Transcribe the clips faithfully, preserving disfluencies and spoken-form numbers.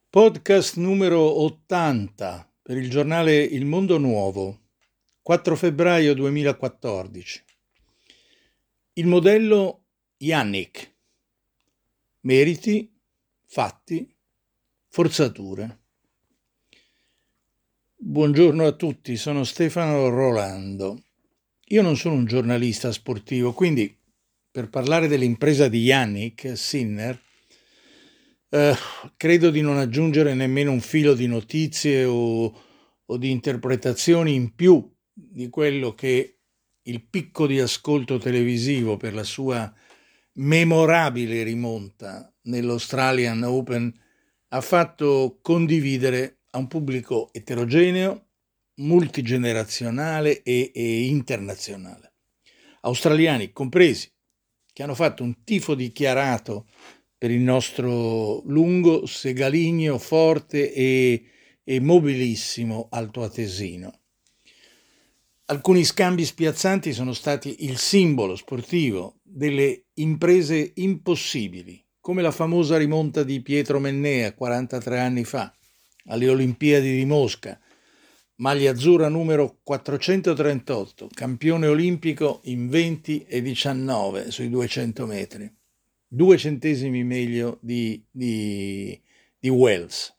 Podcast numero ottanta per il giornale Il Mondo Nuovo, quattro febbraio duemilaquattordici. Il modello Yannick. Meriti, fatti, forzature. Buongiorno a tutti, sono Stefano Rolando. Io non sono un giornalista sportivo, quindi per parlare dell'impresa di Yannick Sinner Uh, credo di non aggiungere nemmeno un filo di notizie o, o di interpretazioni in più di quello che il picco di ascolto televisivo per la sua memorabile rimonta nell'Australian Open ha fatto condividere a un pubblico eterogeneo, multigenerazionale e, e internazionale. Australiani compresi, che hanno fatto un tifo dichiarato per il nostro lungo, segaligno, forte e, e mobilissimo altoatesino. Alcuni scambi spiazzanti sono stati il simbolo sportivo delle imprese impossibili, come la famosa rimonta di Pietro Mennea quarantatré anni fa alle Olimpiadi di Mosca, maglia azzurra numero quattrocentotrentotto, campione olimpico in venti e diciannove sui duecento metri. Due centesimi meglio di, di, di Wells.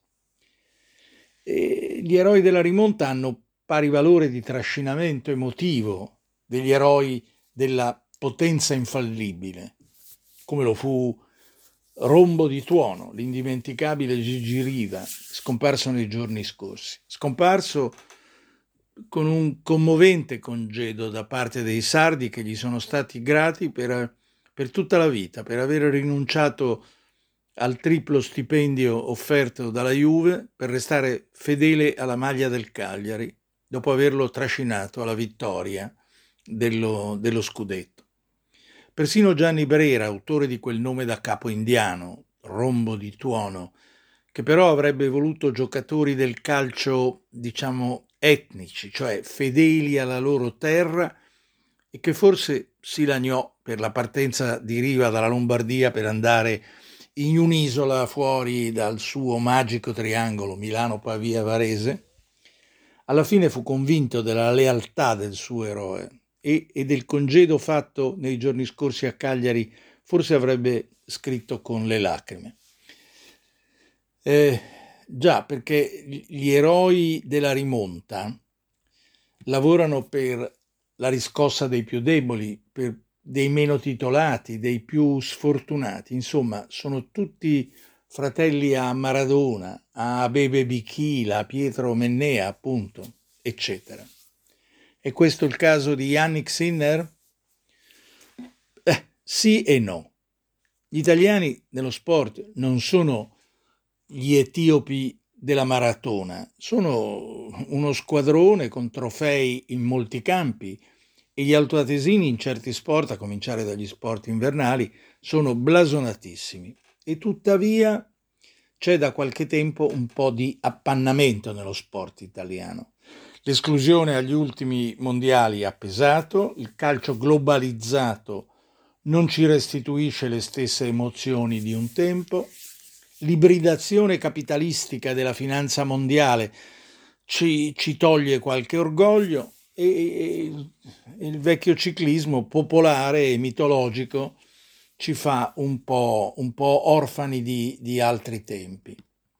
E gli eroi della rimonta hanno pari valore di trascinamento emotivo degli eroi della potenza infallibile, come lo fu Rombo di Tuono, l'indimenticabile Gigi Riva, scomparso nei giorni scorsi. Scomparso con un commovente congedo da parte dei sardi che gli sono stati grati per per tutta la vita, per aver rinunciato al triplo stipendio offerto dalla Juve per restare fedele alla maglia del Cagliari, dopo averlo trascinato alla vittoria dello, dello scudetto. Persino Gianni Brera, autore di quel nome da capo indiano, Rombo di Tuono, che però avrebbe voluto giocatori del calcio, diciamo, etnici, cioè fedeli alla loro terra, e che forse si lagnò per la partenza di Riva dalla Lombardia per andare in un'isola fuori dal suo magico triangolo Milano-Pavia-Varese, alla fine fu convinto della lealtà del suo eroe e, e del congedo fatto nei giorni scorsi a Cagliari forse avrebbe scritto con le lacrime. Eh, già, perché gli eroi della rimonta lavorano per la riscossa dei più deboli, per dei meno titolati, dei più sfortunati. Insomma, sono tutti fratelli a Maradona, a Bebe Bikila, a Pietro Mennea, appunto, eccetera. È questo il caso di Yannick Sinner? Eh, sì e no. Gli italiani nello sport non sono gli etiopi della maratona, sono uno squadrone con trofei in molti campi e gli altoatesini in certi sport, a cominciare dagli sport invernali, sono blasonatissimi. E tuttavia c'è da qualche tempo un po' di appannamento nello sport italiano. L'esclusione agli ultimi mondiali ha pesato, il calcio globalizzato non ci restituisce le stesse emozioni di un tempo, l'ibridazione capitalistica della finanza mondiale ci, ci toglie qualche orgoglio e, e, e il vecchio ciclismo popolare e mitologico ci fa un po', un po' orfani di, di altri tempi.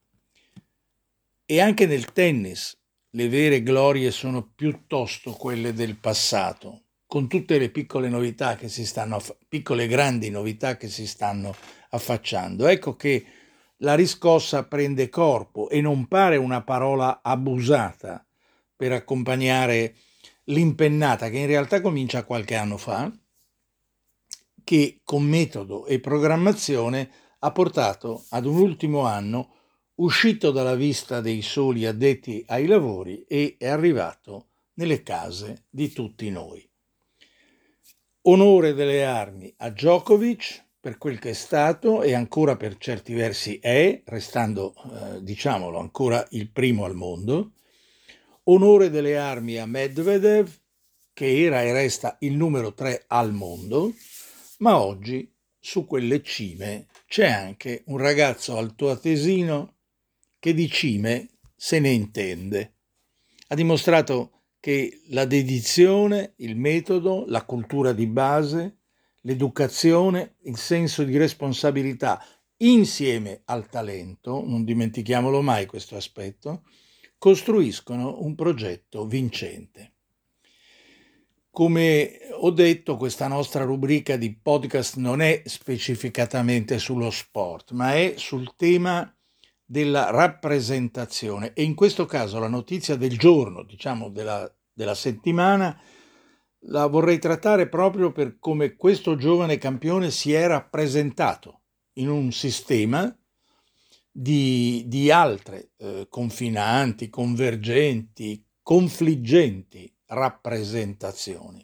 E anche nel tennis le vere glorie sono piuttosto quelle del passato, con tutte le piccole novità che si stanno, piccole e grandi novità che si stanno affacciando. Ecco che la riscossa prende corpo e non pare una parola abusata per accompagnare l'impennata che in realtà comincia qualche anno fa, che con metodo e programmazione ha portato ad un ultimo anno uscito dalla vista dei soli addetti ai lavori e è arrivato nelle case di tutti noi. Onore delle armi a Djokovic per quel che è stato e ancora per certi versi è, restando, eh, diciamolo, ancora il primo al mondo. Onore delle armi a Medvedev, che era e resta il numero tre al mondo, ma oggi su quelle cime c'è anche un ragazzo altoatesino che di cime se ne intende. Ha dimostrato che la dedizione, il metodo, la cultura di base, l'educazione, il senso di responsabilità insieme al talento, non dimentichiamolo mai questo aspetto, costruiscono un progetto vincente. Come ho detto, questa nostra rubrica di podcast non è specificatamente sullo sport, ma è sul tema della rappresentazione, e in questo caso la notizia del giorno, diciamo della, della settimana, la vorrei trattare proprio per come questo giovane campione si è rappresentato in un sistema di, di altre eh, confinanti, convergenti, confliggenti rappresentazioni.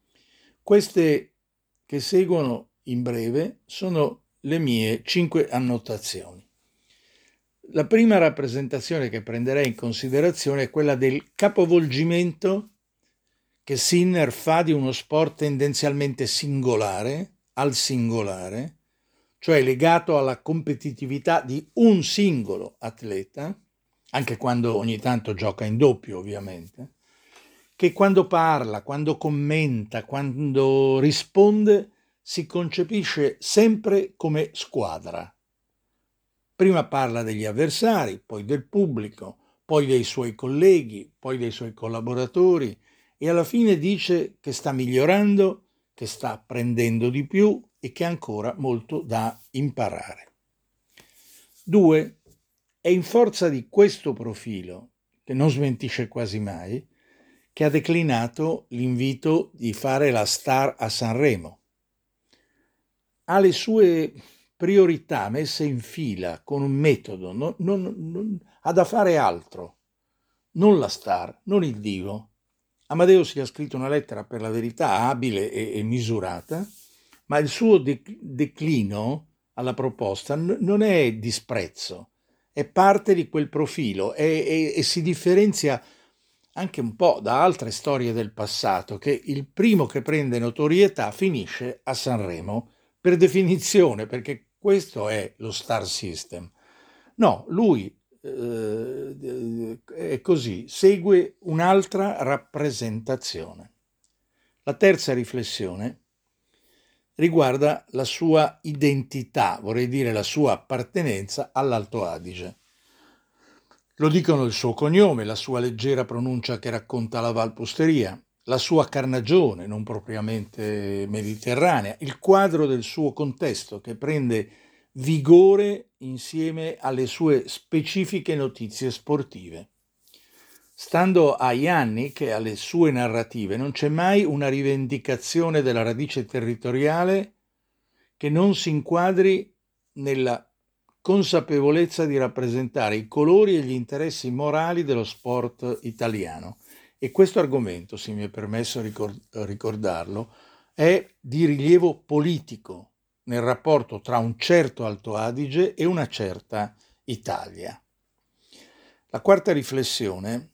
Queste che seguono in breve sono le mie cinque annotazioni. La prima rappresentazione che prenderei in considerazione è quella del capovolgimento che Sinner fa di uno sport tendenzialmente singolare al singolare, cioè legato alla competitività di un singolo atleta, anche quando ogni tanto gioca in doppio ovviamente, che quando parla, quando commenta, quando risponde si concepisce sempre come squadra. Prima parla degli avversari, poi del pubblico, poi dei suoi colleghi, poi dei suoi collaboratori e alla fine dice che sta migliorando, che sta apprendendo di più e che ha ancora molto da imparare. Due, è in forza di questo profilo, che non smentisce quasi mai, che ha declinato l'invito di fare la star a Sanremo. Ha le sue priorità messe in fila con un metodo, non, non, non, ha da fare altro, non la star, non il divo. Amadeus gli ha scritto una lettera, per la verità abile e, e misurata, ma il suo dec- declino alla proposta n- non è disprezzo, è parte di quel profilo e, e, e si differenzia anche un po' da altre storie del passato, che il primo che prende notorietà finisce a Sanremo, per definizione, perché questo è lo star system. No, lui eh, è così, segue un'altra rappresentazione. La terza riflessione riguarda la sua identità, vorrei dire la sua appartenenza all'Alto Adige. Lo dicono il suo cognome, la sua leggera pronuncia che racconta la Valpusteria, la sua carnagione non propriamente mediterranea, il quadro del suo contesto che prende vigore insieme alle sue specifiche notizie sportive. Stando a Jannik e alle sue narrative non c'è mai una rivendicazione della radice territoriale che non si inquadri nella consapevolezza di rappresentare i colori e gli interessi morali dello sport italiano. E questo argomento, se mi è permesso ricordarlo, è di rilievo politico nel rapporto tra un certo Alto Adige e una certa Italia. La quarta riflessione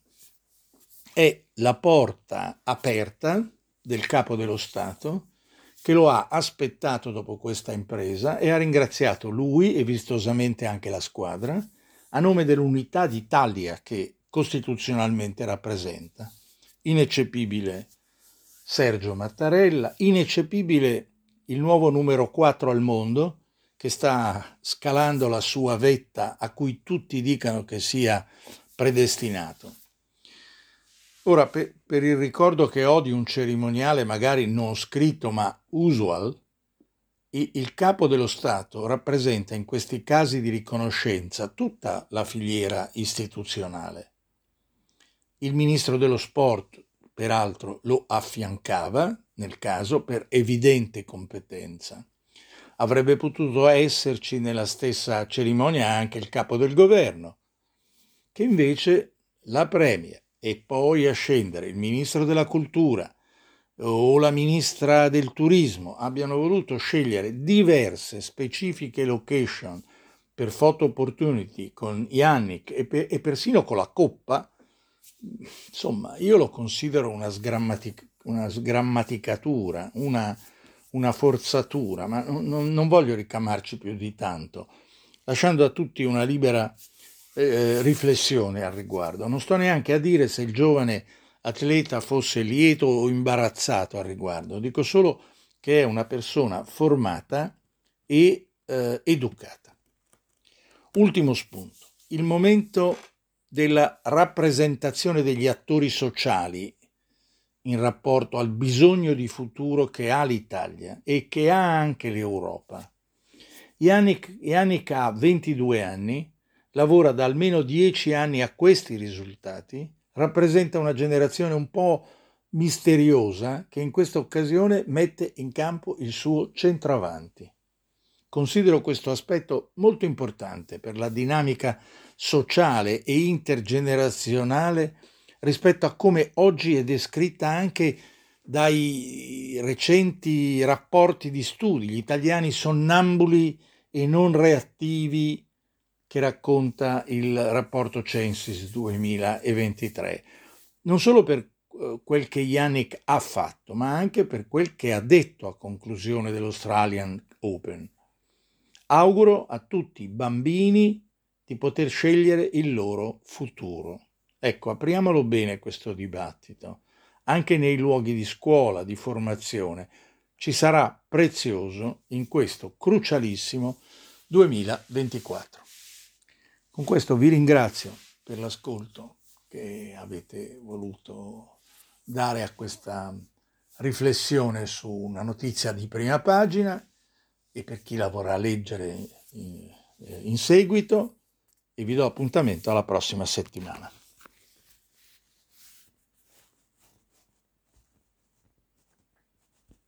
è la porta aperta del Capo dello Stato che lo ha aspettato dopo questa impresa e ha ringraziato lui e vistosamente anche la squadra a nome dell'unità d'Italia che costituzionalmente rappresenta. Ineccepibile Sergio Mattarella, ineccepibile il nuovo numero quattro al mondo che sta scalando la sua vetta a cui tutti dicano che sia predestinato. Ora, per, per il ricordo che ho di un cerimoniale magari non scritto ma usual, il, il Capo dello Stato rappresenta in questi casi di riconoscenza tutta la filiera istituzionale. Il Ministro dello Sport, peraltro, lo affiancava, nel caso, per evidente competenza. Avrebbe potuto esserci nella stessa cerimonia anche il Capo del Governo, che invece la premia. E poi a scendere il Ministro della Cultura o la Ministra del Turismo abbiano voluto scegliere diverse specifiche location per photo opportunity con Jannik e, per, e persino con la Coppa, insomma, io lo considero una, sgrammatic- una sgrammaticatura, una, una forzatura, ma non, non voglio ricamarci più di tanto, lasciando a tutti una libera eh, riflessione al riguardo. Non sto neanche a dire se il giovane atleta fosse lieto o imbarazzato al riguardo, dico solo che è una persona formata e eh, educata. Ultimo spunto, il momento della rappresentazione degli attori sociali in rapporto al bisogno di futuro che ha l'Italia e che ha anche l'Europa. Yannick, Yannick ha ventidue anni, lavora da almeno dieci anni a questi risultati, rappresenta una generazione un po' misteriosa che in questa occasione mette in campo il suo centravanti. Considero questo aspetto molto importante per la dinamica sociale e intergenerazionale rispetto a come oggi è descritta anche dai recenti rapporti di studi, gli italiani sonnambuli e non reattivi che racconta il rapporto Censis duemilaventitré, non solo per quel che Yannick ha fatto, ma anche per quel che ha detto a conclusione dell'Australian Open. Auguro a tutti i bambini di poter scegliere il loro futuro. Ecco, apriamolo bene questo dibattito. Anche nei luoghi di scuola, di formazione, ci sarà prezioso in questo crucialissimo duemilaventiquattro. Con questo vi ringrazio per l'ascolto che avete voluto dare a questa riflessione su una notizia di prima pagina e per chi la vorrà leggere in, in seguito, e vi do appuntamento alla prossima settimana.